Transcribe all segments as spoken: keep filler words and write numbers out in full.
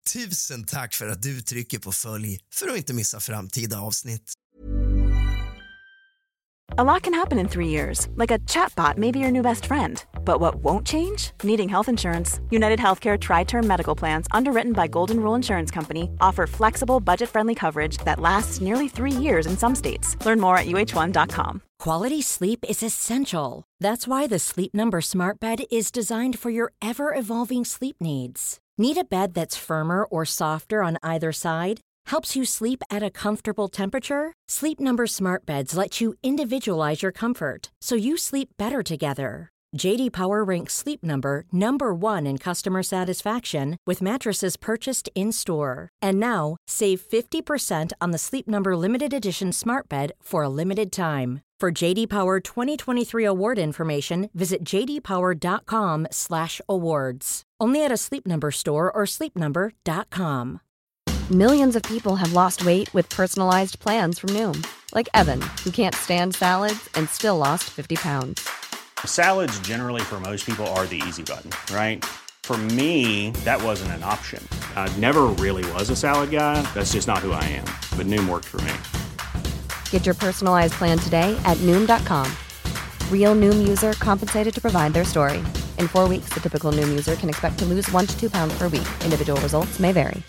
Tusen tack för att du trycker på följ för att inte missa framtida avsnitt. A lot can happen in three years, like a chatbot may be your new best friend. But what won't change? Needing health insurance. United Healthcare Tri-Term Medical Plans, underwritten by Golden Rule Insurance Company, offer flexible, budget-friendly coverage that lasts nearly three years in some states. Learn more at U H one dot com. Quality sleep is essential. That's why the Sleep Number Smart Bed is designed for your ever-evolving sleep needs. Need a bed that's firmer or softer on either side? Helps you sleep at a comfortable temperature? Sleep Number Smart Beds let you individualize your comfort, so you sleep better together. J D Power ranks Sleep Number number one in customer satisfaction with mattresses purchased in-store. And now, save fifty percent on the Sleep Number Limited Edition Smart Bed for a limited time. For J D Power twenty twenty-three award information, visit j d power dot com slash awards. Only at a Sleep Number store or sleep number dot com. Millions of people have lost weight with personalized plans from Noom. Like Evan, who can't stand salads and still lost fifty pounds. Salads generally for most people are the easy button, right? For me, that wasn't an option. I never really was a salad guy. That's just not who I am. But Noom worked for me. Get your personalized plan today at Noom dot com. Real Noom user compensated to provide their story. In four weeks, the typical Noom user can expect to lose one to two pounds per week. Individual results may vary.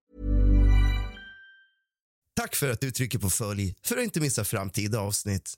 Tack för att du trycker på följ för att inte missa framtida avsnitt.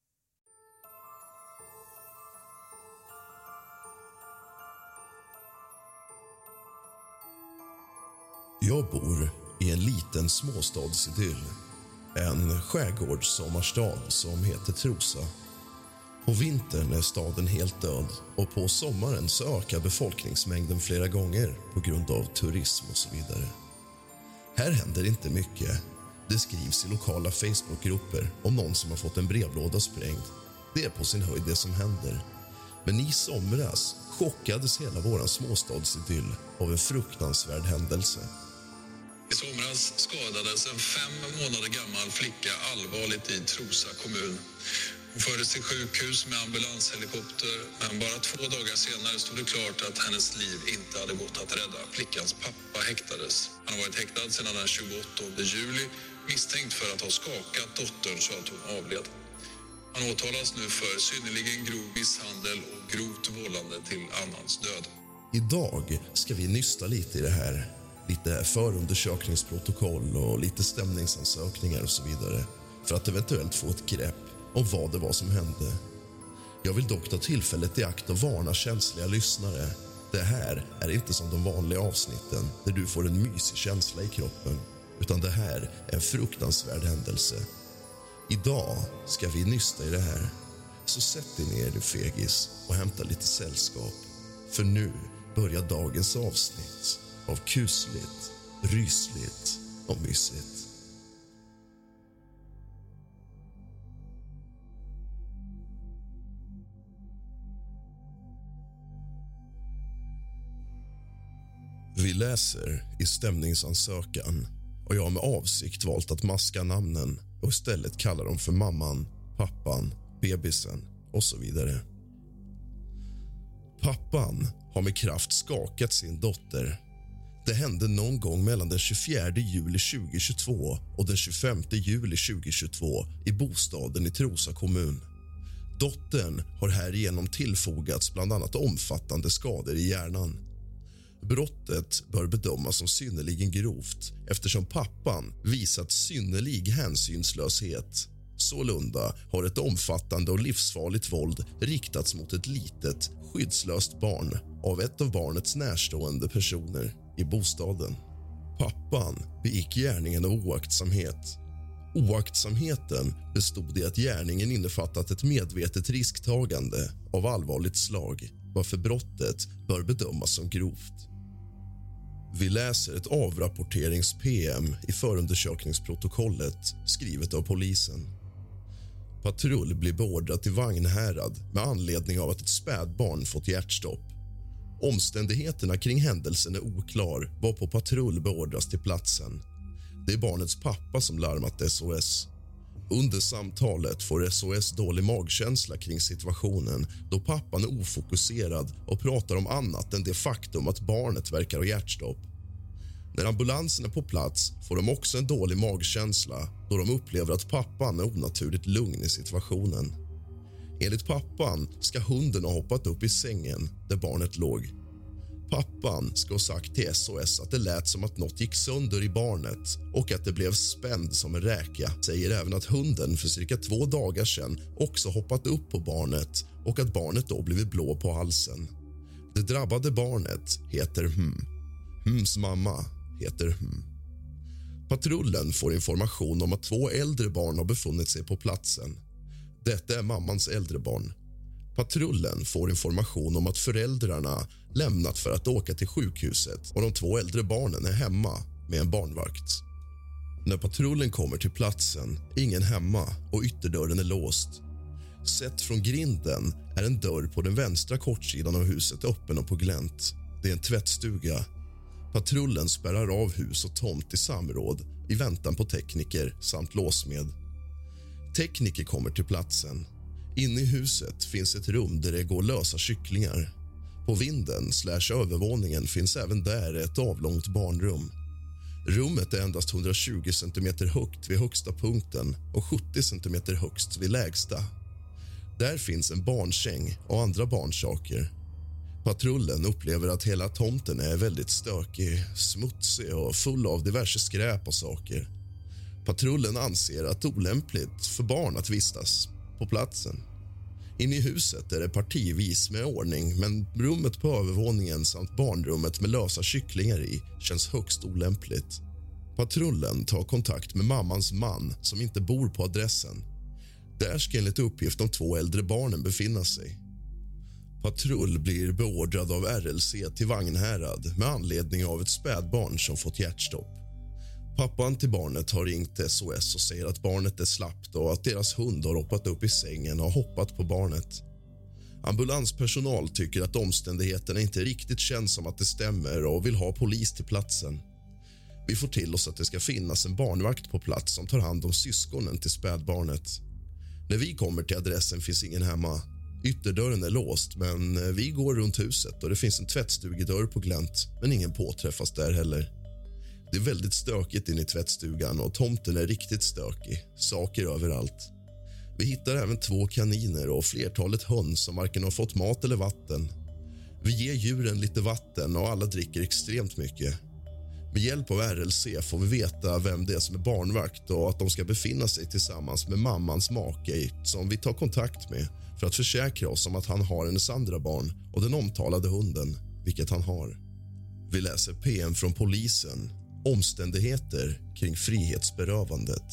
Jag bor i en liten småstadsidyll. En skärgårdssommarstad som heter Trosa. På vintern är staden helt död och på sommaren så ökar befolkningsmängden flera gånger på grund av turism och så vidare. Här händer inte mycket. Det skrivs i lokala Facebookgrupper om någon som har fått en brevlåda sprängd. Det är på sin höjd det som händer. Men i somras chockades hela våran småstadsidyll av en fruktansvärd händelse. I somras skadades en fem månader gammal flicka allvarligt i Trosa kommun. Hon fördes till sjukhus med ambulanshelikopter, men bara två dagar senare stod det klart att hennes liv inte hade gått att rädda. Flickans pappa häktades. Han har varit häktad sedan den tjugoåttonde juli, misstänkt för att ha skakat dottern så att hon avled. Han åtalas nu för synnerligen grov misshandel och grovt vållande till annans död. Idag ska vi nysta lite i det här. Lite förundersökningsprotokoll och lite stämningsansökningar och så vidare. För att eventuellt få ett grepp om vad det var som hände. Jag vill dock ta tillfället i akt och varna känsliga lyssnare. Det här är inte som de vanliga avsnitten där du får en mysig känsla i kroppen. Utan det här är en fruktansvärd händelse. Idag ska vi nysta i det här. Så sätt dig ner, du fegis, och hämta lite sällskap. För nu börjar dagens avsnitt av kusligt, rysligt och mysigt. Vi läser i stämningsansökan och jag har med avsikt valt att maska namnen och istället kalla dem för mamman, pappan, bebisen och så vidare. Pappan har med kraft skakat sin dotter. Det hände någon gång mellan den tjugofjärde juli tjugohundratjugotvå och den tjugofemte juli tjugohundratjugotvå i bostaden i Trosa kommun. Dottern har härigenom tillfogats bland annat omfattande skador i hjärnan. Brottet bör bedömas som synnerligen grovt eftersom pappan visat synnerlig hänsynslöshet. Sålunda har ett omfattande och livsfarligt våld riktats mot ett litet, skyddslöst barn av ett av barnets närstående personer i bostaden. Pappan begick gärningen av oaktsamhet. Oaktsamheten bestod i att gärningen innefattat ett medvetet risktagande av allvarligt slag, varför brottet bör bedömas som grovt. Vi läser ett avrapporterings-P M i förundersökningsprotokollet skrivet av polisen. Patrull blir beordrad till Vagnhärad med anledning av att ett spädbarn fått hjärtstopp. Omständigheterna kring händelsen är oklar varpå patrull beordras till platsen. Det är barnets pappa som larmat S O S. Under samtalet får S O S dålig magkänsla kring situationen då pappan är ofokuserad och pratar om annat än det faktum att barnet verkar ha hjärtstopp. När ambulansen är på plats får de också en dålig magkänsla då de upplever att pappan är onaturligt lugn i situationen. Enligt pappan ska hunden ha hoppat upp i sängen där barnet låg. Pappan ska ha sagt till S O S att det lät som att något gick sönder i barnet och att det blev spänd som en räka. Säger även att hunden för cirka två dagar sedan också hoppat upp på barnet och att barnet då blivit blå på halsen. Det drabbade barnet heter Hm. Hms mamma heter Hm. Patrullen får information om att två äldre barn har befunnit sig på platsen. Detta är mammans äldre barn. Patrullen får information om att föräldrarna lämnat för att åka till sjukhuset och de två äldre barnen är hemma med en barnvakt. När patrullen kommer till platsen är ingen hemma och ytterdörren är låst. Sett från grinden är en dörr på den vänstra kortsidan av huset öppen och på glänt. Det är en tvättstuga. Patrullen spärrar av hus och tomt i samråd i väntan på tekniker samt låsmed. Tekniker kommer till platsen. Inne i huset finns ett rum där det går lösa kycklingar. På vinden slash övervåningen finns även där ett avlångt barnrum. Rummet är endast hundratjugo centimeter högt vid högsta punkten och sjuttio centimeter högst vid lägsta. Där finns en barnsäng och andra barnsaker. Patrullen upplever att hela tomten är väldigt stökig, smutsig och full av diverse skräp och saker. Patrullen anser att det är olämpligt för barn att vistas på platsen. Inne i huset är det partivis med ordning, men rummet på övervåningen samt barnrummet med lösa kycklingar i känns högst olämpligt. Patrullen tar kontakt med mammans man som inte bor på adressen. Där ska enligt uppgift de två äldre barnen befinna sig. Patrull blir beordrad av R L C till Vagnhärad med anledning av ett spädbarn som fått hjärtstopp. Pappan till barnet har ringt S O S och säger att barnet är slappt och att deras hund har hoppat upp i sängen och hoppat på barnet. Ambulanspersonal tycker att omständigheterna inte riktigt känns som att det stämmer och vill ha polis till platsen. Vi får till oss att det ska finnas en barnvakt på plats som tar hand om syskonen till spädbarnet. När vi kommer till adressen finns ingen hemma. Ytterdörren är låst, men vi går runt huset och det finns en tvättstugedörr på glänt, men ingen påträffas där heller. Det är väldigt stökigt in i tvättstugan och tomten är riktigt stökig. Saker överallt. Vi hittar även två kaniner och flertalet höns som varken har fått mat eller vatten. Vi ger djuren lite vatten och alla dricker extremt mycket. Med hjälp av R L C får vi veta vem det är som är barnvakt och att de ska befinna sig tillsammans med mammans make som vi tar kontakt med för att försäkra oss om att han har hennes andra barn och den omtalade hunden, vilket han har. Vi läser P M från polisen. Omständigheter kring frihetsberövandet.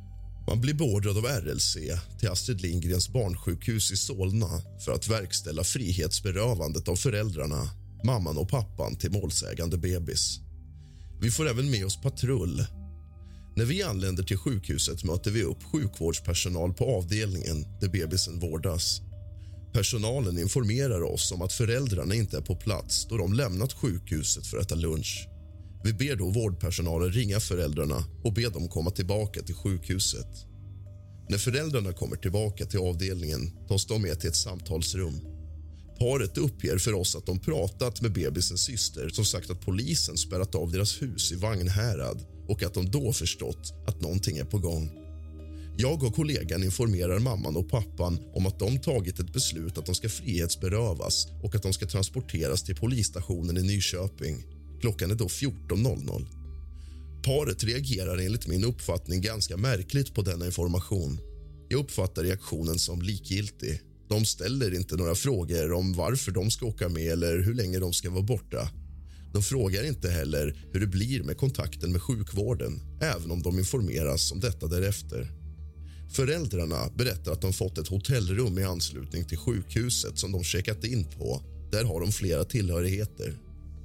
Man blir beordrad av R L C till Astrid Lindgrens barnsjukhus i Solna för att verkställa frihetsberövandet av föräldrarna, mamman och pappan till målsägande bebis. Vi får även med oss patrull. När vi anländer till sjukhuset möter vi upp sjukvårdspersonal på avdelningen där bebisen vårdas. Personalen informerar oss om att föräldrarna inte är på plats då de lämnat sjukhuset för att äta lunch. Vi ber då vårdpersonalen ringa föräldrarna och be dem komma tillbaka till sjukhuset. När föräldrarna kommer tillbaka till avdelningen tas de med till ett samtalsrum. Paret uppger för oss att de pratat med bebisens syster som sagt att polisen spärrat av deras hus i Vagnhärad och att de då förstått att någonting är på gång. Jag och kollegan informerar mamman och pappan om att de tagit ett beslut att de ska frihetsberövas och att de ska transporteras till polisstationen i Nyköping. Klockan är då fjorton noll noll. Paret reagerar enligt min uppfattning ganska märkligt på denna information. Jag uppfattar reaktionen som likgiltig. De ställer inte några frågor om varför de ska åka med eller hur länge de ska vara borta. De frågar inte heller hur det blir med kontakten med sjukvården, även om de informeras om detta därefter. Föräldrarna berättar att de fått ett hotellrum i anslutning till sjukhuset som de checkat in på. Där har de flera tillhörigheter.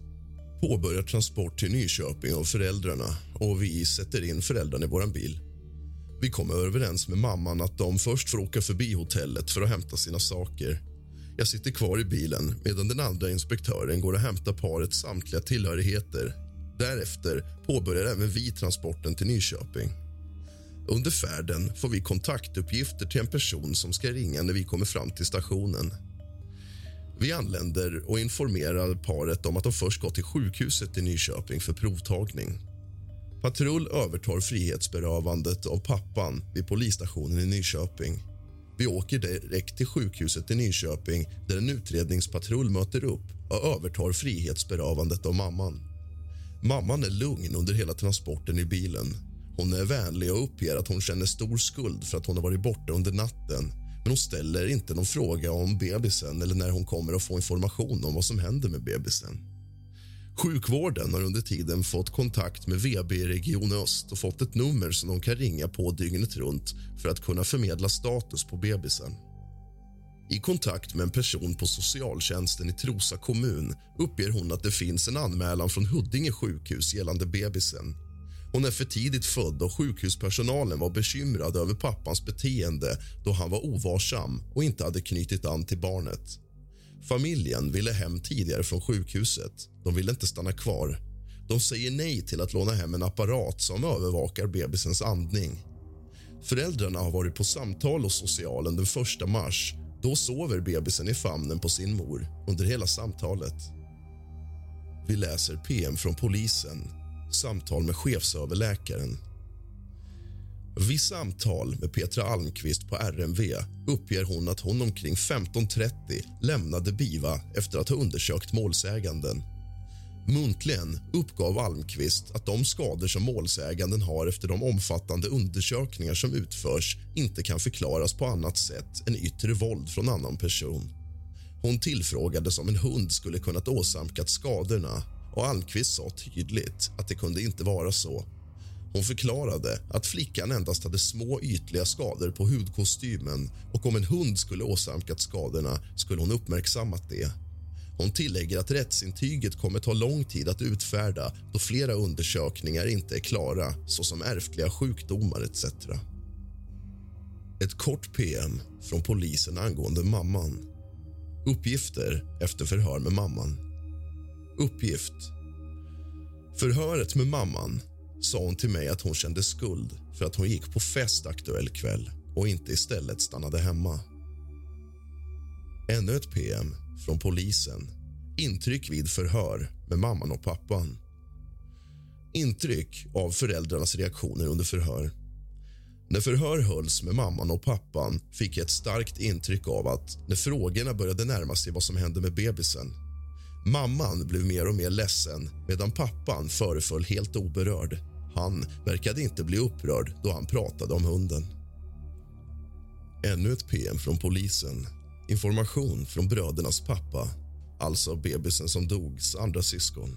Påbörjar transport till Nyköping av föräldrarna och vi sätter in föräldrarna i våran bil. Vi kommer överens med mamman att de först får åka förbi hotellet för att hämta sina saker. Jag sitter kvar i bilen medan den andra inspektören går och hämtar parets samtliga tillhörigheter. Därefter påbörjar även vi transporten till Nyköping. Under färden får vi kontaktuppgifter till en person som ska ringa när vi kommer fram till stationen. Vi anländer och informerar paret om att de först gått till sjukhuset i Nyköping för provtagning. Patrull övertar frihetsberövandet av pappan vid polisstationen i Nyköping. Vi åker direkt till sjukhuset i Nyköping där en utredningspatrull möter upp och övertar frihetsberövandet av mamman. Mamman är lugn under hela transporten i bilen. Hon är vänlig och uppger att hon känner stor skuld för att hon har varit borta under natten. Men hon ställer inte någon fråga om bebisen eller när hon kommer att få information om vad som händer med bebisen. Sjukvården har under tiden fått kontakt med V B i Region Öst och fått ett nummer som de kan ringa på dygnet runt för att kunna förmedla status på bebisen. I kontakt med en person på socialtjänsten i Trosa kommun uppger hon att det finns en anmälan från Huddinge sjukhus gällande bebisen. Hon är för tidigt född och sjukhuspersonalen var bekymrad över pappans beteende då han var ovarsam och inte hade knutit an till barnet. Familjen ville hem tidigare från sjukhuset. De ville inte stanna kvar. De säger nej till att låna hem en apparat som övervakar bebisens andning. Föräldrarna har varit på samtal hos socialen den första mars. Då sover bebisen i famnen på sin mor under hela samtalet. Vi läser P M från polisen. Samtal med chefsöverläkaren. Vid samtal med Petra Almqvist på R M V uppger hon att hon omkring femton trettio lämnade BIVA efter att ha undersökt målsäganden. Muntligen uppgav Almqvist att de skador som målsäganden har efter de omfattande undersökningar som utförs inte kan förklaras på annat sätt än yttre våld från annan person. Hon tillfrågades om en hund skulle kunnat åsamkat skadorna och Almqvist sa tydligt att det kunde inte vara så. Hon förklarade att flickan endast hade små ytliga skador på hudkostymen och om en hund skulle åsamkat skadorna skulle hon uppmärksammat det. Hon tillägger att rättsintyget kommer ta lång tid att utfärda då flera undersökningar inte är klara såsom ärftliga sjukdomar et cetera. Ett kort P M från polisen angående mamman. Uppgifter efter förhör med mamman. Uppgift. Förhöret med mamman sa hon till mig att hon kände skuld för att hon gick på fest aktuell kväll och inte istället stannade hemma. Ännu ett P M från polisen. Intryck vid förhör med mamman och pappan. Intryck av föräldrarnas reaktioner under förhör. När förhör hölls med mamman och pappan fick jag ett starkt intryck av att när frågorna började närma sig vad som hände med bebisen. Mamman blev mer och mer ledsen medan pappan föreföll helt oberörd. Han verkade inte bli upprörd då han pratade om hunden. Ännu ett P M från polisen. Information från brödernas pappa, alltså bebisen som dogs andra syskon.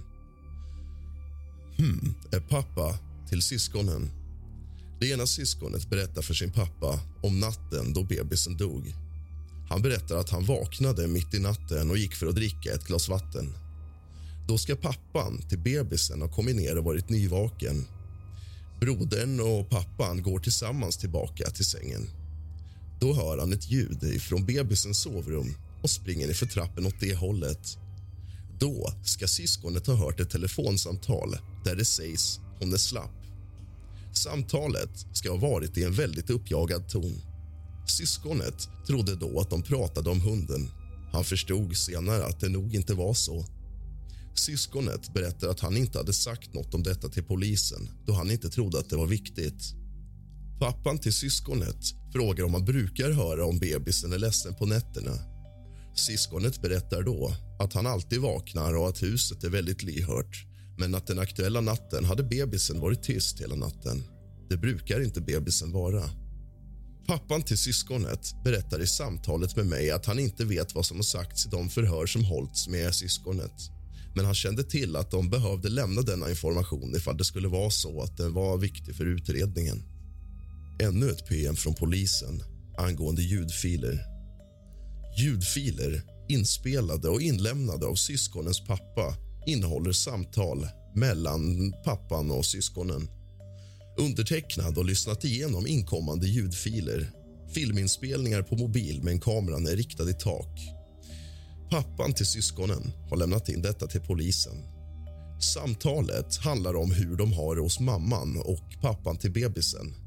Hmm, är pappa till syskonen. Det ena syskonet berättar för sin pappa om natten då bebisen dog. Han berättar att han vaknade mitt i natten och gick för att dricka ett glas vatten. Då ska pappan till bebisen ha kommit ner och varit nyvaken. Brodern och pappan går tillsammans tillbaka till sängen. Då hör han ett ljud från bebisens sovrum och springer för trappen åt det hållet. Då ska syskonet ha hört ett telefonsamtal där det sägs hon är slapp. Samtalet ska ha varit i en väldigt uppjagad ton. Syskonet trodde då att de pratade om hunden. Han förstod senare att det nog inte var så. Syskonet berättar att han inte hade sagt något om detta till polisen då han inte trodde att det var viktigt. Pappan till syskonet frågar om han brukar höra om bebisen är ledsen på nätterna. Syskonet berättar då att han alltid vaknar och att huset är väldigt lyhört, men att den aktuella natten hade bebisen varit tyst hela natten. Det brukar inte bebisen vara. Pappan till syskonet berättar i samtalet med mig att han inte vet vad som har sagts i de förhör som hållits med syskonet. Men han kände till att de behövde lämna denna information ifall det skulle vara så att den var viktig för utredningen. Ännu ett P M från polisen angående ljudfiler. Ljudfiler inspelade och inlämnade av syskonens pappa innehåller samtal mellan pappan och syskonen. Undertecknad och lyssnat igenom inkommande ljudfiler. Filminspelningar på mobil med en kameran är riktad i tak. Pappan till syskonen har lämnat in detta till polisen. Samtalet handlar om hur de har det hos mamman och pappan till bebisen.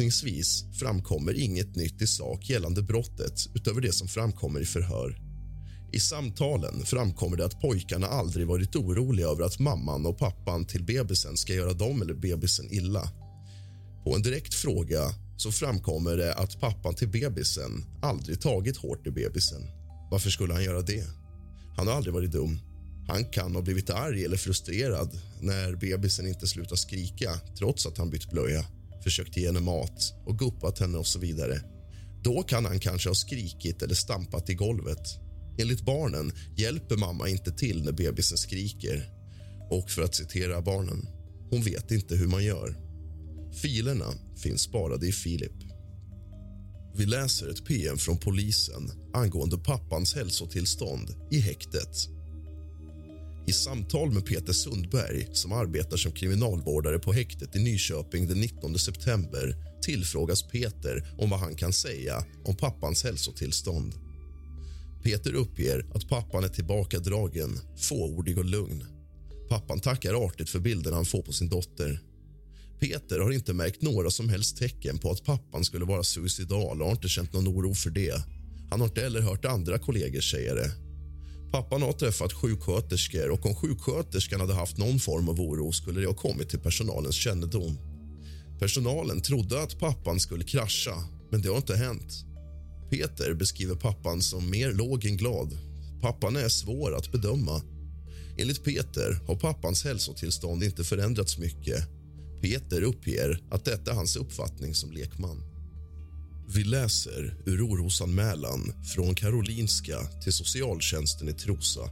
Sammanfattningsvis framkommer inget nytt i sak gällande brottet utöver det som framkommer i förhör. I samtalen framkommer det att pojkarna aldrig varit oroliga över att mamman och pappan till bebisen ska göra dem eller bebisen illa. På en direkt fråga så framkommer det att pappan till bebisen aldrig tagit hårt i bebisen. Varför skulle han göra det? Han har aldrig varit dum. Han kan ha blivit arg eller frustrerad när bebisen inte slutar skrika trots att han bytt blöja, försökt ge henne mat och guppat henne och så vidare. Då kan han kanske ha skrikit eller stampat i golvet. Enligt barnen hjälper mamma inte till när bebisen skriker. Och för att citera barnen, hon vet inte hur man gör. Filerna finns sparade i Filip. Vi läser ett P M från polisen angående pappans hälsotillstånd i häktet. I samtal med Peter Sundberg, som arbetar som kriminalvårdare på häktet i Nyköping den nittonde september, tillfrågas Peter om vad han kan säga om pappans hälsotillstånd. Peter uppger att pappan är tillbakadragen, fåordig och lugn. Pappan tackar artigt för bilderna han får på sin dotter. Peter har inte märkt några som helst tecken på att pappan skulle vara suicidal och har inte känt någon oro för det. Han har inte heller hört andra kollegor säga det. Pappan har träffat sjuksköterskor och om sjuksköterskan hade haft någon form av oro skulle det ha kommit till personalens kännedom. Personalen trodde att pappan skulle krascha, men det har inte hänt. Peter beskriver pappan som mer låg än glad. Pappan är svår att bedöma. Enligt Peter har pappans hälsotillstånd inte förändrats mycket. Peter uppger att detta är hans uppfattning som lekman. Vi läser ur orosanmälan från Karolinska till socialtjänsten i Trosa.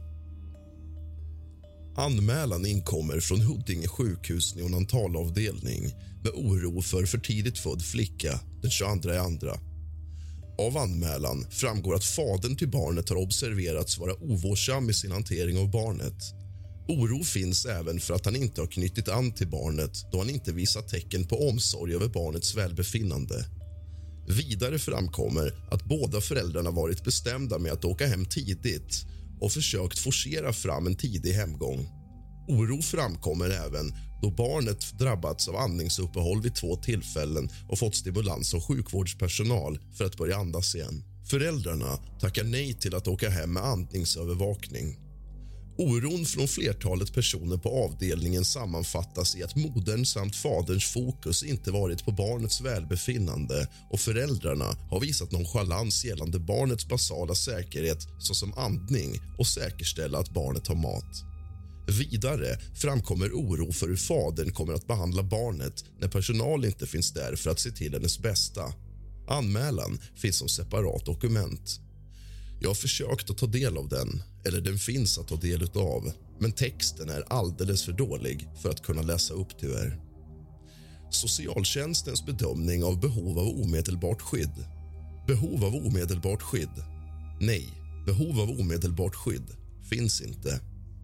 Anmälan inkommer från Huddinge sjukhus neonatalavdelning med oro för för tidigt född flicka den tjugoandra i andra. Av anmälan framgår att fadern till barnet har observerats vara ovårdsam i sin hantering av barnet. Oro finns även för att han inte har knutit an till barnet då han inte visat tecken på omsorg över barnets välbefinnande. Vidare framkommer att båda föräldrarna varit bestämda med att åka hem tidigt och försökt forcera fram en tidig hemgång. Oro framkommer även då barnet drabbats av andningsuppehåll vid två tillfällen och fått stimulans av sjukvårdspersonal för att börja andas igen. Föräldrarna tackar nej till att åka hem med andningsövervakning. Oron från flertalet personer på avdelningen sammanfattas i att modern samt faderns fokus inte varit på barnets välbefinnande och föräldrarna har visat nonchalans gällande barnets basala säkerhet såsom andning och säkerställa att barnet har mat. Vidare framkommer oro för hur fadern kommer att behandla barnet när personal inte finns där för att se till hennes bästa. Anmälan finns som separat dokument. Jag har försökt att ta del av den, eller den finns att ta del av, men texten är alldeles för dålig för att kunna läsa upp tyvärr. Socialtjänstens bedömning av behov av omedelbart skydd. Behov av omedelbart skydd. Nej, behov av omedelbart skydd finns inte.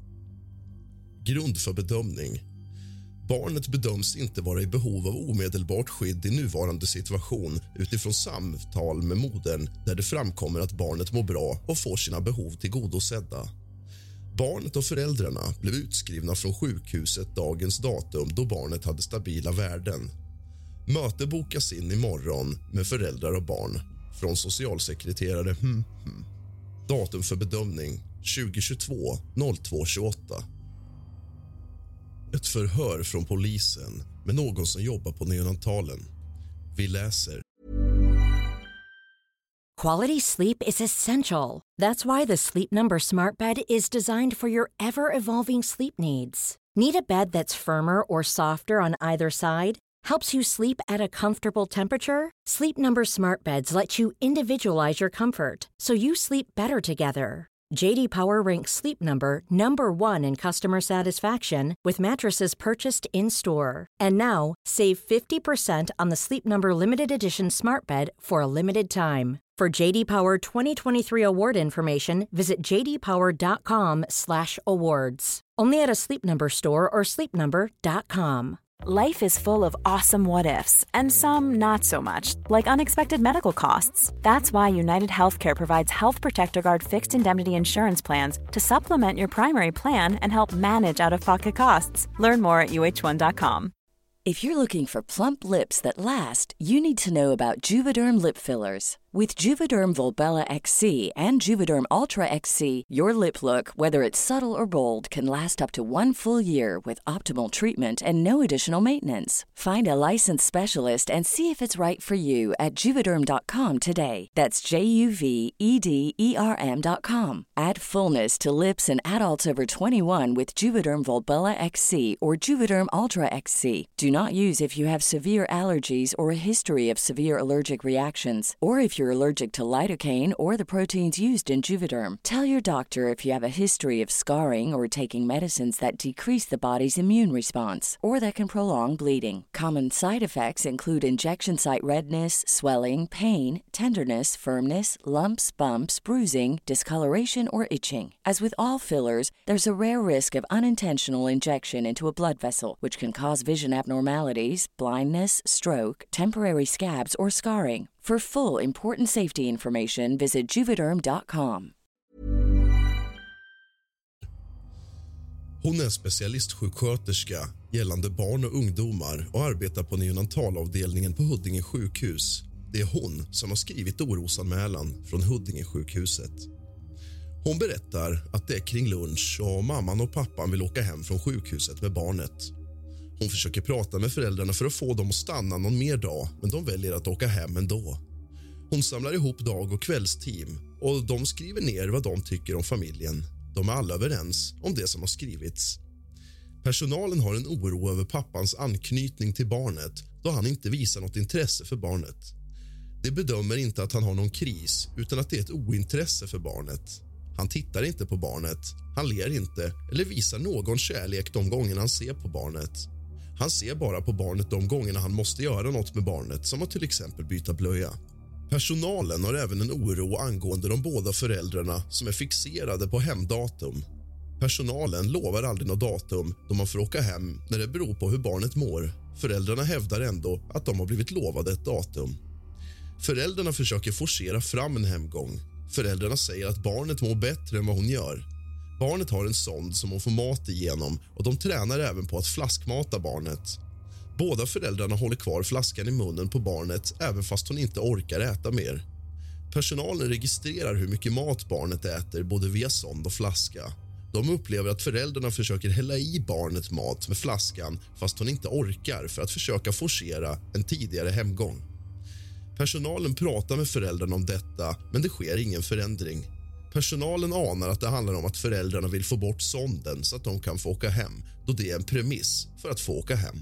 Grund för bedömning. Barnet bedöms inte vara i behov av omedelbart skydd i nuvarande situation utifrån samtal med modern där det framkommer att barnet mår bra och får sina behov tillgodosedda. Barnet och föräldrarna blev utskrivna från sjukhuset dagens datum då barnet hade stabila värden. Möte bokas in imorgon med föräldrar och barn från socialsekreterare. Hmm, hmm. Datum för bedömning tjugo tjugotvå noll två tjugoåtta. Ett förhör från polisen med någon som jobbar på neonatalen. Vi läser. Quality sleep is essential. That's why the Sleep Number Smart Bed is designed for your ever-evolving sleep needs. Need a bed that's firmer or softer on either side? Helps you sleep at a comfortable temperature? Sleep Number Smart Beds let you individualize your comfort so you sleep better together. J D Power ranks Sleep Number number one in customer satisfaction with mattresses purchased in-store. And now, save fifty percent on the Sleep Number Limited Edition Smart Bed for a limited time. For J D Power twenty twenty-three award information, visit j d power dot com slash awards. Only at a Sleep Number store or sleep number dot com. Life is full of awesome what-ifs, and some not so much, like unexpected medical costs. That's why United Healthcare provides Health Protector Guard fixed indemnity insurance plans to supplement your primary plan and help manage out-of-pocket costs. Learn more at u h one dot com. If you're looking for plump lips that last, you need to know about Juvederm lip fillers. With Juvederm Volbella X C and Juvederm Ultra X C, your lip look, whether it's subtle or bold, can last up to one full year with optimal treatment and no additional maintenance. Find a licensed specialist and see if it's right for you at juvederm dot com today. That's J U V E D E R M dot com. Add fullness to lips in adults over twenty-one with Juvederm Volbella X C or Juvederm Ultra X C. Do not use if you have severe allergies or a history of severe allergic reactions, or if you're allergic to lidocaine or the proteins used in Juvederm. Tell your doctor if you have a history of scarring or taking medicines that decrease the body's immune response or that can prolong bleeding. Common side effects include injection site redness, swelling, pain, tenderness, firmness, lumps, bumps, bruising, discoloration, or itching. As with all fillers, there's a rare risk of unintentional injection into a blood vessel, which can cause vision abnormalities, blindness, stroke, temporary scabs, or scarring. For full, important safety information, visit juvederm dot com. Hon är specialistsjuksköterska gällande barn och ungdomar och arbetar på neonatalavdelningen på Huddinge sjukhus. Det är hon som har skrivit orosanmälan från Huddinge sjukhuset. Hon berättar att det är kring lunch och mamman och pappan vill åka hem från sjukhuset med barnet. Hon försöker prata med föräldrarna för att få dem att stanna någon mer dag, men de väljer att åka hem ändå. Hon samlar ihop dag- och kvällsteam och de skriver ner vad de tycker om familjen. De är alla överens om det som har skrivits. Personalen har en oro över pappans anknytning till barnet då han inte visar något intresse för barnet. De bedömer inte att han har någon kris utan att det är ett ointresse för barnet. Han tittar inte på barnet, han ler inte eller visar någon kärlek de gångerna han ser på barnet. Han ser bara på barnet de gångerna han måste göra något med barnet, som att till exempel byta blöja. Personalen har även en oro angående de båda föräldrarna som är fixerade på hemdatum. Personalen lovar aldrig något datum då man får åka hem när det beror på hur barnet mår. Föräldrarna hävdar ändå att de har blivit lovade ett datum. Föräldrarna försöker forcera fram en hemgång. Föräldrarna säger att barnet mår bättre än vad hon gör. Barnet har en sond som hon får mat igenom och de tränar även på att flaskmata barnet. Båda föräldrarna håller kvar flaskan i munnen på barnet även fast hon inte orkar äta mer. Personalen registrerar hur mycket mat barnet äter både via sond och flaska. De upplever att föräldrarna försöker hälla i barnet mat med flaskan fast hon inte orkar för att försöka forcera en tidigare hemgång. Personalen pratar med föräldrarna om detta, men det sker ingen förändring. Personalen anar att det handlar om att föräldrarna vill få bort sonden så att de kan få åka hem, då det är en premiss för att få åka hem.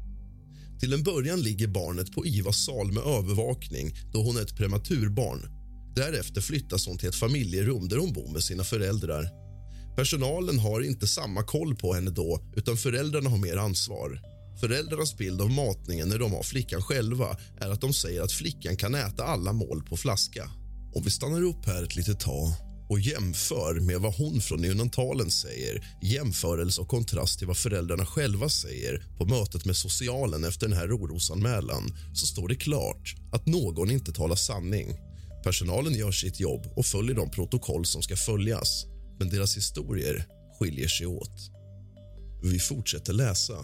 Till en början ligger barnet på Ivas sal med övervakning då hon är ett prematurbarn. Därefter flyttas hon till ett familjerum där hon bor med sina föräldrar. Personalen har inte samma koll på henne då, utan föräldrarna har mer ansvar. Föräldrarnas bild av matningen när de har flickan själva är att de säger att flickan kan äta alla mål på flaska. Om vi stannar upp här ett litet tag och jämför med vad hon från neonatalen säger, jämförelse och kontrast till vad föräldrarna själva säger på mötet med socialen efter den här orosanmälan, så står det klart att någon inte talar sanning. Personalen gör sitt jobb och följer de protokoll som ska följas, men deras historier skiljer sig åt. Vi fortsätter läsa.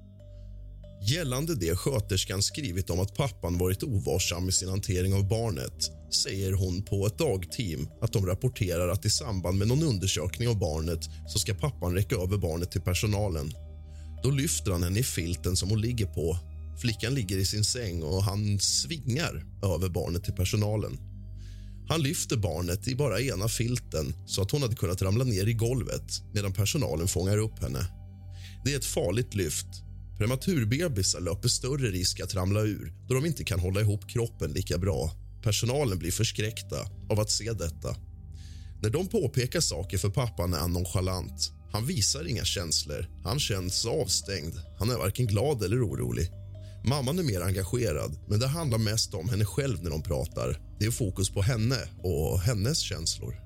Gällande det sköterskan skrivit om att pappan varit ovarsam i sin hantering av barnet säger hon på ett dagteam att de rapporterar att i samband med någon undersökning av barnet så ska pappan räcka över barnet till personalen. Då lyfter han henne i filten som hon ligger på. Flickan ligger i sin säng och han svingar över barnet till personalen. Han lyfter barnet i bara ena filten så att hon hade kunnat ramla ner i golvet medan personalen fångar upp henne. Det är ett farligt lyft. Prematurbebisar löper större risk att ramla ur då de inte kan hålla ihop kroppen lika bra. Personalen blir förskräckta av att se detta. När de påpekar saker för pappan är han nonchalant. Han visar inga känslor. Han känns avstängd. Han är varken glad eller orolig. Mamman är mer engagerad, men det handlar mest om henne själv när de pratar. Det är fokus på henne och hennes känslor.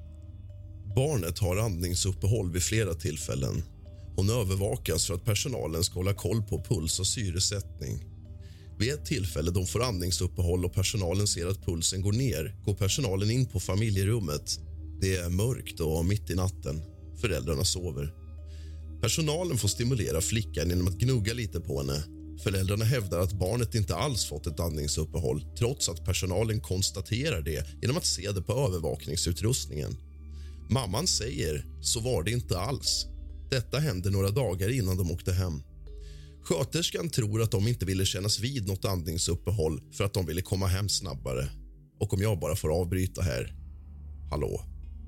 Barnet har andningsuppehåll vid flera tillfällen. Hon övervakas för att personalen ska hålla koll på puls och syresättning. Vid ett tillfälle de får andningsuppehåll och personalen ser att pulsen går ner går personalen in på familjerummet. Det är mörkt och mitt i natten. Föräldrarna sover. Personalen får stimulera flickan genom att gnugga lite på henne. Föräldrarna hävdar att barnet inte alls fått ett andningsuppehåll trots att personalen konstaterar det genom att se det på övervakningsutrustningen. Mamman säger så var det inte alls. Detta hände några dagar innan de åkte hem. Sköterskan tror att de inte ville kännas vid något andningsuppehåll för att de ville komma hem snabbare. Och om jag bara får avbryta här. Hallå.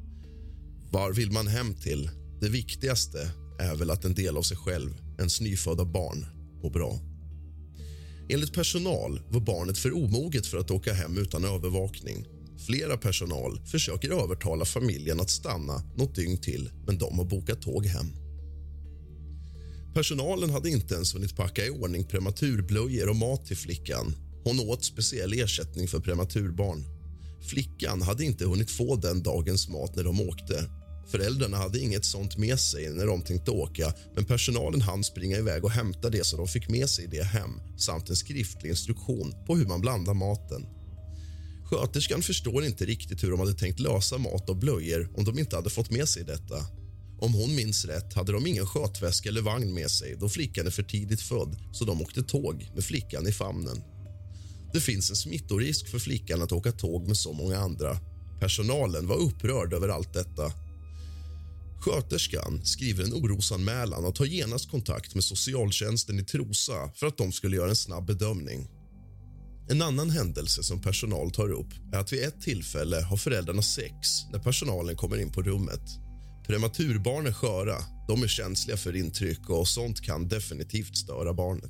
Var vill man hem till? Det viktigaste är väl att en del av sig själv, ens nyfödda barn, mår bra. Enligt personal var barnet för omoget för att åka hem utan övervakning. Flera personal försöker övertala familjen att stanna något dygn till, men de har bokat tåg hem. Personalen hade inte ens hunnit packa i ordning prematurblöjor och mat till flickan. Hon åt speciell ersättning för prematurbarn. Flickan hade inte hunnit få den dagens mat när de åkte. Föräldrarna hade inget sånt med sig när de tänkte åka, men personalen hann springa iväg och hämta det så de fick med sig det hem samt en skriftlig instruktion på hur man blandar maten. Sköterskan förstår inte riktigt hur de hade tänkt lösa mat och blöjor om de inte hade fått med sig detta. Om hon minns rätt hade de ingen skötväska eller vagn med sig då flickan är för tidigt född, så de åkte tåg med flickan i famnen. Det finns en smittorisk för flickan att åka tåg med så många andra. Personalen var upprörd över allt detta. Sköterskan skriver en orosanmälan och tar genast kontakt med socialtjänsten i Trosa för att de skulle göra en snabb bedömning. En annan händelse som personal tar upp är att vid ett tillfälle har föräldrarna sex när personalen kommer in på rummet. Prematurbarn är sköra, de är känsliga för intryck och sånt kan definitivt störa barnet.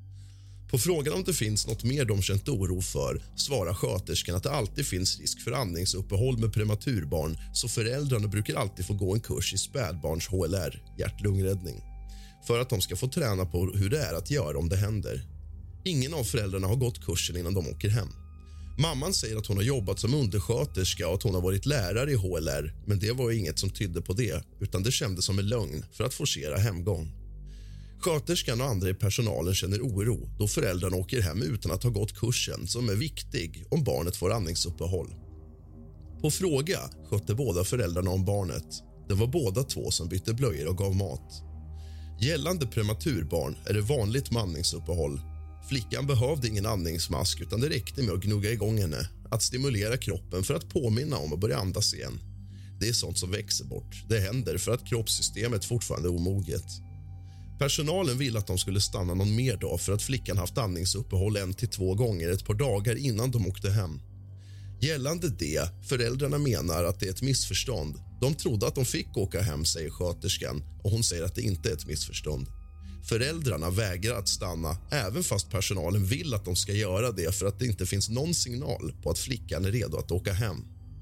På frågan om det finns något mer de känt oro för svarar sköterskan att det alltid finns risk för andningsuppehåll med prematurbarn, så föräldrarna brukar alltid få gå en kurs i spädbarns H L R, hjärt-lungräddning, för att de ska få träna på hur det är att göra om det händer. Ingen av föräldrarna har gått kursen innan de åker hem. Mamman säger att hon har jobbat som undersköterska och att hon har varit lärare i H L R, men det var inget som tydde på det, utan det kändes som en lögn för att forcera hemgång. Sköterskan och andra i personalen känner oro då föräldrarna åker hem utan att ha gått kursen som är viktig om barnet får andningsuppehåll. På fråga skötte båda föräldrarna om barnet. Det var båda två som bytte blöjor och gav mat. Gällande prematurbarn är det vanligt med andningsuppehåll. Flickan behövde ingen andningsmask utan det räckte med att gnugga igång henne, att stimulera kroppen för att påminna om att börja andas igen. Det är sånt som växer bort. Det händer för att kroppssystemet fortfarande är omoget. Personalen ville att de skulle stanna någon mer dag för att flickan haft andningsuppehåll en till två gånger ett par dagar innan de åkte hem. Gällande det, föräldrarna menar att det är ett missförstånd. De trodde att de fick åka hem, säger sköterskan, och hon säger att det inte är ett missförstånd. Föräldrarna vägrar att stanna även fast personalen vill att de ska göra det för att det inte finns någon signal på att flickan är redo att åka hem.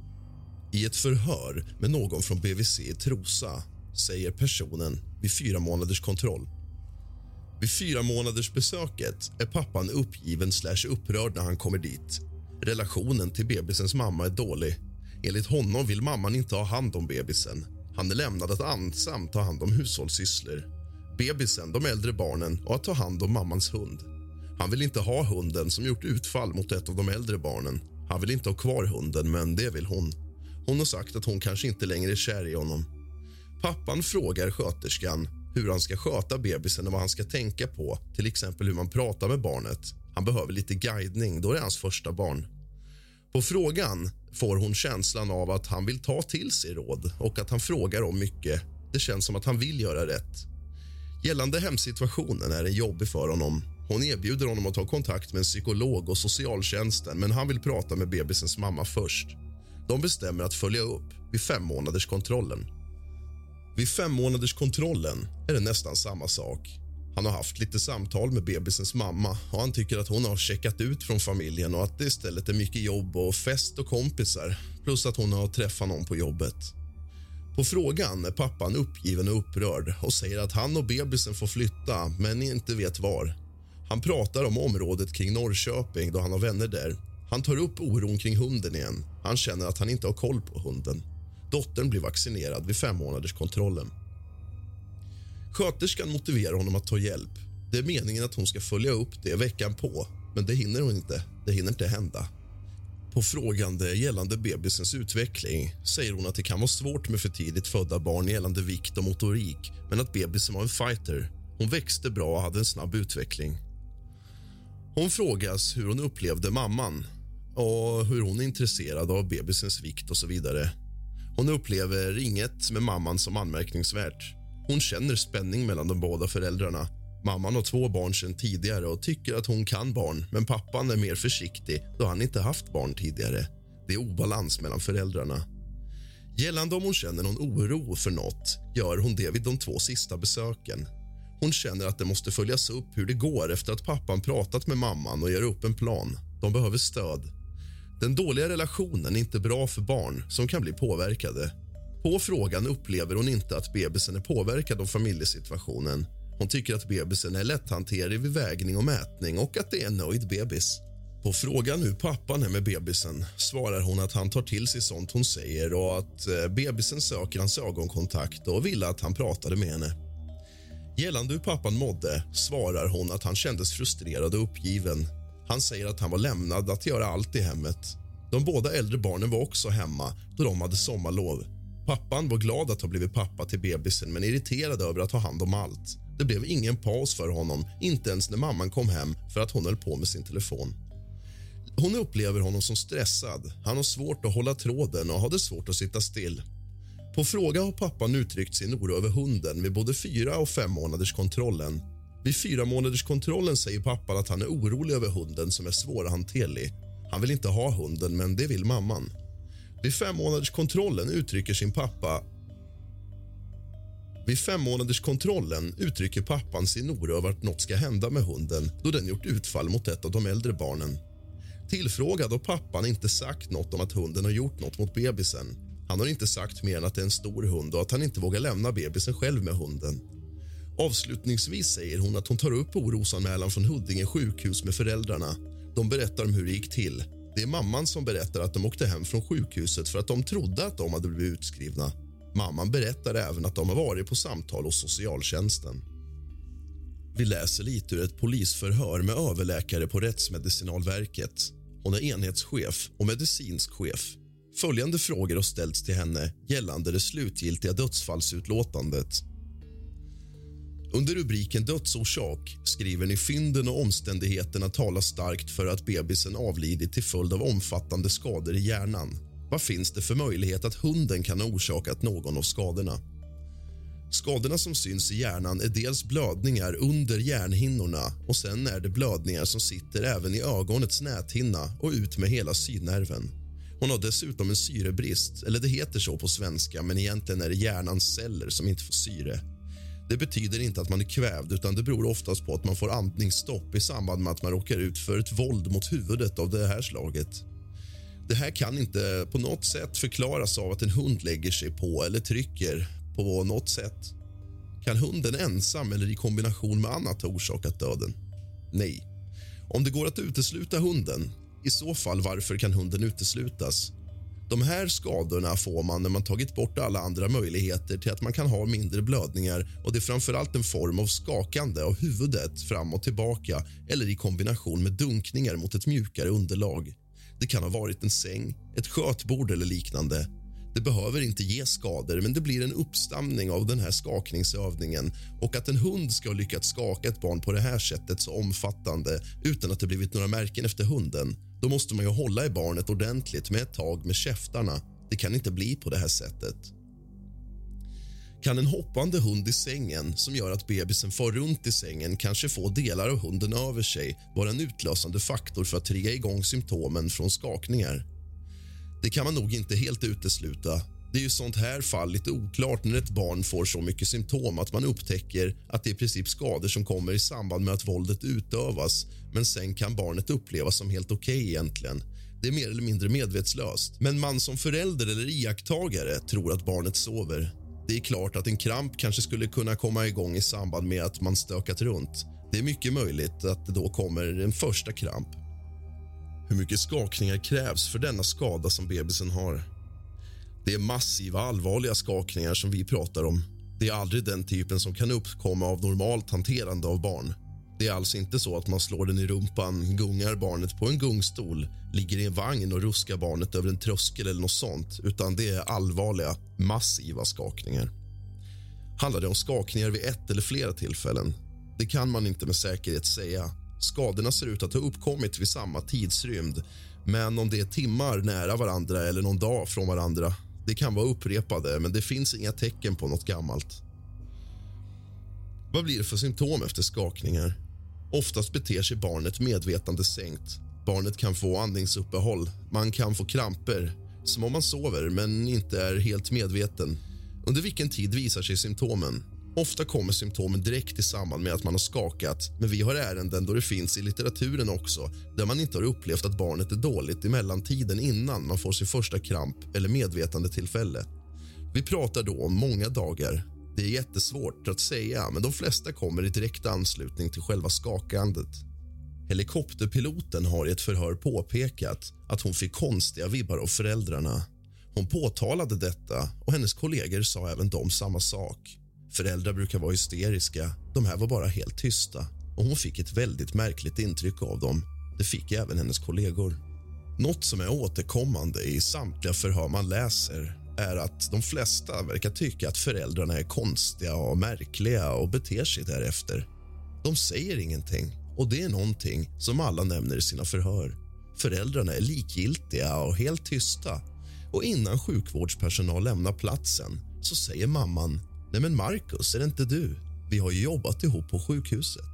I ett förhör med någon från B V C i Trosa säger personen vid fyra månaders kontroll. Vid fyra månaders besöket är pappan uppgiven slash upprörd när han kommer dit. Relationen till bebisens mamma är dålig. Enligt honom vill mamman inte ha hand om bebisen. Han är lämnad att ensam ta hand om hushållssysslor. Bebisen, de äldre barnen och att ta hand om mammans hund. Han vill inte ha hunden som gjort utfall mot ett av de äldre barnen. Han vill inte ha kvar hunden, men det vill hon. Hon har sagt att hon kanske inte längre är kär i honom. Pappan frågar sköterskan hur han ska sköta bebisen och vad han ska tänka på, till exempel hur man pratar med barnet. Han behöver lite guidning, då är det hans första barn. På frågan får hon känslan av att han vill ta till sig råd och att han frågar om mycket. Det känns som att han vill göra rätt. Gällande hemsituationen är den jobbig för honom. Hon erbjuder honom att ta kontakt med en psykolog och socialtjänsten, men han vill prata med bebisens mamma först. De bestämmer att följa upp vid fem månaders kontrollen. Vid fem månaders kontrollen är det nästan samma sak. Han har haft lite samtal med bebisens mamma och han tycker att hon har checkat ut från familjen och att det istället är mycket jobb och fest och kompisar, plus att hon har träffat någon på jobbet. På frågan är pappan uppgiven och upprörd och säger att han och bebisen får flytta men inte vet var. Han pratar om området kring Norrköping då han har vänner där. Han tar upp oron kring hunden igen. Han känner att han inte har koll på hunden. Dottern blir vaccinerad vid fem månaders kontrollen. Sköterskan motiverar honom att ta hjälp. Det är meningen att hon ska följa upp det veckan på, men det hinner hon inte. Det hinner inte hända. På frågande gällande bebisens utveckling säger hon att det kan vara svårt med för tidigt födda barn gällande vikt och motorik, men att bebisen var en fighter. Hon växte bra och hade en snabb utveckling. Hon frågas hur hon upplevde mamman och hur hon är intresserad av bebisens vikt och så vidare. Hon upplever inget med mamman som anmärkningsvärt. Hon känner spänning mellan de båda föräldrarna. Mamman har två barn sedan tidigare och tycker att hon kan barn, men pappan är mer försiktig då han inte haft barn tidigare. Det är obalans mellan föräldrarna. Gällande om hon känner någon oro för något gör hon det vid de två sista besöken. Hon känner att det måste följas upp hur det går efter att pappan pratat med mamman och gör upp en plan. De behöver stöd. Den dåliga relationen är inte bra för barn som kan bli påverkade. På frågan upplever hon inte att bebisen är påverkad av familjesituationen. Hon tycker att bebisen är lätthanterlig vid vägning och mätning och att det är en nöjd bebis. På frågan hur pappan är med bebisen svarar hon att han tar till sig sånt hon säger och att bebisen söker hans ögonkontakt och ville att han pratade med henne. Gällande hur pappan mådde svarar hon att han kändes frustrerad och uppgiven. Han säger att han var lämnad att göra allt i hemmet. De båda äldre barnen var också hemma då de hade sommarlov. Pappan var glad att ha blivit pappa till bebisen men irriterad över att ha hand om allt. Det blev ingen paus för honom, inte ens när mamman kom hem för att hon höll på med sin telefon. Hon upplever honom som stressad. Han har svårt att hålla tråden och hade svårt att sitta still. På fråga har pappan uttryckt sin oro över hunden vid både fyra och fem månaders kontrollen. Vid fyra månaders kontrollen säger pappan att han är orolig över hunden som är svårhanterlig. Han vill inte ha hunden, men det vill mamman. Vid fem månaders kontrollen uttrycker sin pappa Vid fem månaders kontrollen uttrycker pappan sin oro över att något ska hända med hunden då den gjort utfall mot ett av de äldre barnen. Tillfrågad har pappan inte sagt något om att hunden har gjort något mot bebisen. Han har inte sagt mer än att det är en stor hund och att han inte vågar lämna bebisen själv med hunden. Avslutningsvis säger hon att hon tar upp orosanmälan från Huddinge sjukhus med föräldrarna. De berättar om hur det gick till. Det är mamman som berättar att de åkte hem från sjukhuset för att de trodde att de hade blivit utskrivna. Mamman berättar även att de har varit på samtal hos socialtjänsten. Vi läser lite ur ett polisförhör med överläkare på Rättsmedicinalverket. Hon är enhetschef och medicinsk chef. Följande frågor har ställts till henne gällande det slutgiltiga dödsfallsutlåtandet. Under rubriken dödsorsak skriver ni fynden och omständigheterna talar starkt för att bebisen avlidit till följd av omfattande skador i hjärnan. Vad finns det för möjlighet att hunden kan ha orsakat någon av skadorna? Skadorna som syns i hjärnan är dels blödningar under hjärnhinnorna och sen är det blödningar som sitter även i ögonets näthinna och ut med hela synnerven. Hon har dessutom en syrebrist, eller det heter så på svenska, men egentligen är det hjärnans celler som inte får syre. Det betyder inte att man är kvävd utan det beror oftast på att man får andningsstopp i samband med att man råkar ut för ett våld mot huvudet av det här slaget. Det här kan inte på något sätt förklaras av att en hund lägger sig på eller trycker på något sätt. Kan hunden ensam eller i kombination med annat ha orsakat döden? Nej. Om det går att utesluta hunden, i så fall varför kan hunden uteslutas? De här skadorna får man när man tagit bort alla andra möjligheter till att man kan ha mindre blödningar och det är framförallt en form av skakande av huvudet fram och tillbaka eller i kombination med dunkningar mot ett mjukare underlag. Det kan ha varit en säng, ett skötbord eller liknande. Det behöver inte ge skador men det blir en uppstamning av den här skakningsövningen och att en hund ska ha lyckats skaka ett barn på det här sättet så omfattande utan att det blivit några märken efter hunden. Då måste man ju hålla i barnet ordentligt med ett tag med käftarna. Det kan inte bli på det här sättet. Kan en hoppande hund i sängen som gör att bebisen far runt i sängen kanske få delar av hunden över sig vara en utlösande faktor för att trigga igång symptomen från skakningar? Det kan man nog inte helt utesluta. Det är ju sånt här fall lite oklart när ett barn får så mycket symptom att man upptäcker att det är i princip skador som kommer i samband med att våldet utövas, men sen kan barnet upplevas som helt okej okay egentligen. Det är mer eller mindre medvetslöst, men man som förälder eller iakttagare tror att barnet sover. Det är klart att en kramp kanske skulle kunna komma igång i samband med att man stökat runt. Det är mycket möjligt att det då kommer en första kramp. Hur mycket skakningar krävs för denna skada som bebisen har? Det är massiva, allvarliga skakningar som vi pratar om. Det är aldrig den typen som kan uppkomma av normalt hanterande av barn. Det är alltså inte så att man slår den i rumpan, gungar barnet på en gungstol, ligger i en vagn och ruskar barnet över en tröskel eller något sånt, utan det är allvarliga, massiva skakningar. Handlar det om skakningar vid ett eller flera tillfällen? Det kan man inte med säkerhet säga. Skadorna ser ut att ha uppkommit vid samma tidsrymd, men om det är timmar nära varandra eller någon dag från varandra, det kan vara upprepade, men det finns inga tecken på något gammalt. Vad blir det för symptom efter skakningar? Oftast beter sig barnet medvetande sänkt. Barnet kan få andningsuppehåll, man kan få kramper, som om man sover men inte är helt medveten. Under vilken tid visar sig symptomen? Ofta kommer symptomen direkt i samband med att man har skakat, men vi har ärenden då det finns i litteraturen också, där man inte har upplevt att barnet är dåligt i mellantiden innan man får sin första kramp eller medvetande tillfälle. Vi pratar då om många dagar. Det är jättesvårt att säga, men de flesta kommer i direkt anslutning till själva skakandet. Helikopterpiloten har i ett förhör påpekat att hon fick konstiga vibbar av föräldrarna. Hon påtalade detta och hennes kollegor sa även de samma sak. Föräldrar brukar vara hysteriska, de här var bara helt tysta och hon fick ett väldigt märkligt intryck av dem. Det fick även hennes kollegor. Något som är återkommande i samtliga förhör man läser är att de flesta verkar tycka att föräldrarna är konstiga och märkliga och beter sig därefter. De säger ingenting och det är någonting som alla nämner i sina förhör. Föräldrarna är likgiltiga och helt tysta och innan sjukvårdspersonal lämnar platsen så säger mamman: "Nej men Marcus, är det inte du? Vi har ju jobbat ihop på sjukhuset."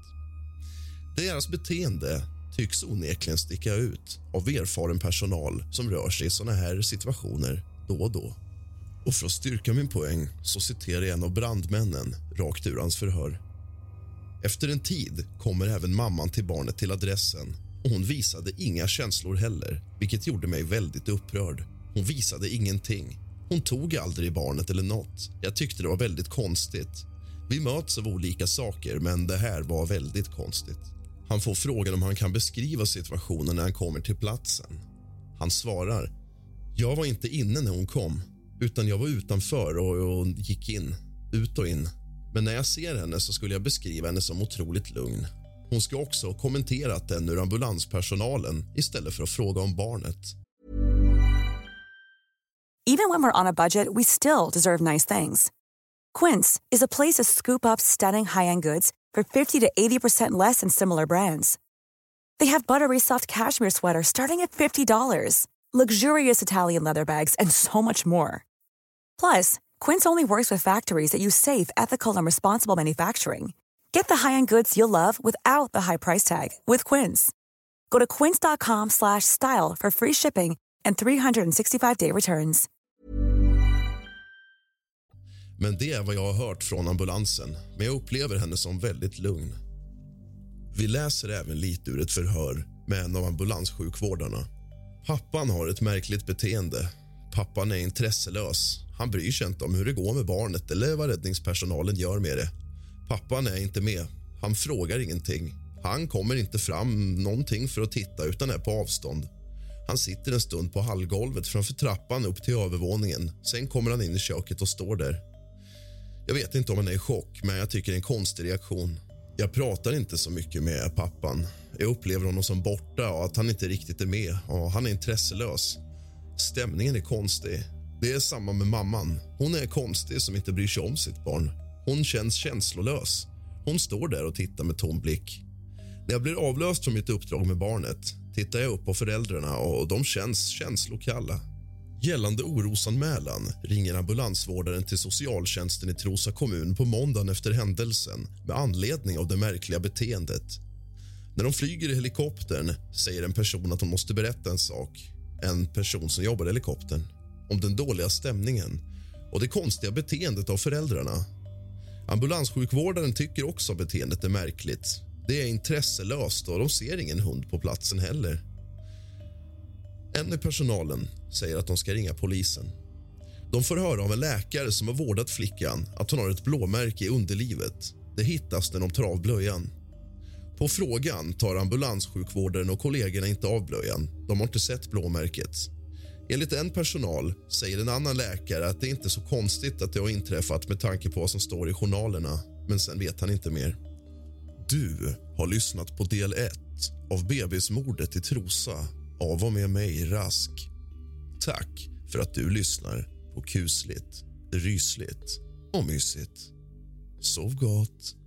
Deras beteende tycks onekligen sticka ut av erfaren personal som rör sig i såna här situationer då och då. Och för att styrka min poäng så citerar jag en av brandmännen rakt ur hans förhör. Efter en tid kommer även mamman till barnet till adressen och hon visade inga känslor heller, vilket gjorde mig väldigt upprörd. Hon visade ingenting. Hon tog aldrig barnet eller något. Jag tyckte det var väldigt konstigt. Vi möts av olika saker, men det här var väldigt konstigt. Han får frågan om han kan beskriva situationen när han kommer till platsen. Han svarar: "Jag var inte inne när hon kom, utan jag var utanför och, och gick in, ut och in. Men när jag ser henne så skulle jag beskriva henne som otroligt lugn. Hon ska också ha kommenterat den ur ambulanspersonalen istället för att fråga om barnet." Even when we're on a budget, we still deserve nice things. Quince is a place to scoop up stunning high-end goods for fifty to eighty percent less than similar brands. They have buttery soft cashmere sweaters starting at fifty dollars, luxurious Italian leather bags, and so much more. Plus, Quince only works with factories that use safe, ethical, and responsible manufacturing. Get the high-end goods you'll love without the high price tag with Quince. Go to quince.com slash style for free shipping and three sixty-five day returns. Men det är vad jag har hört från ambulansen, men jag upplever henne som väldigt lugn. Vi läser även lite ur ett förhör med en av ambulanssjukvårdarna. Pappan har ett märkligt beteende. Pappan är intresselös. Han bryr sig inte om hur det går med barnet eller vad räddningspersonalen gör med det. Pappan är inte med. Han frågar ingenting. Han kommer inte fram någonting för att titta utan är på avstånd. Han sitter en stund på hallgolvet framför trappan upp till övervåningen. Sen kommer han in i köket och står där. Jag vet inte om han är i chock, men jag tycker det är en konstig reaktion. Jag pratar inte så mycket med pappan. Jag upplever honom som borta och att han inte riktigt är med. Och han är intresselös. Stämningen är konstig. Det är samma med mamman. Hon är konstig som inte bryr sig om sitt barn. Hon känns känslolös. Hon står där och tittar med tom blick. När jag blir avlöst från mitt uppdrag med barnet tittar jag upp på föräldrarna och de känns känslokalla. Gällande orosanmälan ringer ambulansvårdaren till socialtjänsten i Trosa kommun på måndagen efter händelsen med anledning av det märkliga beteendet. När de flyger i helikoptern säger en person att de måste berätta en sak, en person som jobbar i helikoptern, om den dåliga stämningen och det konstiga beteendet av föräldrarna. Ambulanssjukvårdaren tycker också att beteendet är märkligt. Det är intresselöst och de ser ingen hund på platsen heller. En i personalen säger att de ska ringa polisen. De får höra av en läkare som har vårdat flickan att hon har ett blåmärke i underlivet. Det hittas när de tar av blöjan. På frågan tar ambulanssjukvårdaren och kollegorna inte av blöjan. De har inte sett blåmärket. Enligt en personal säger en annan läkare att det inte är så konstigt att det har inträffat med tanke på vad som står i journalerna. Men sen vet han inte mer. Du har lyssnat på del ett av bebismordet i Trosa av och med mig, Rask. Tack för att du lyssnar på kusligt, rysligt och mysigt. Sov gott.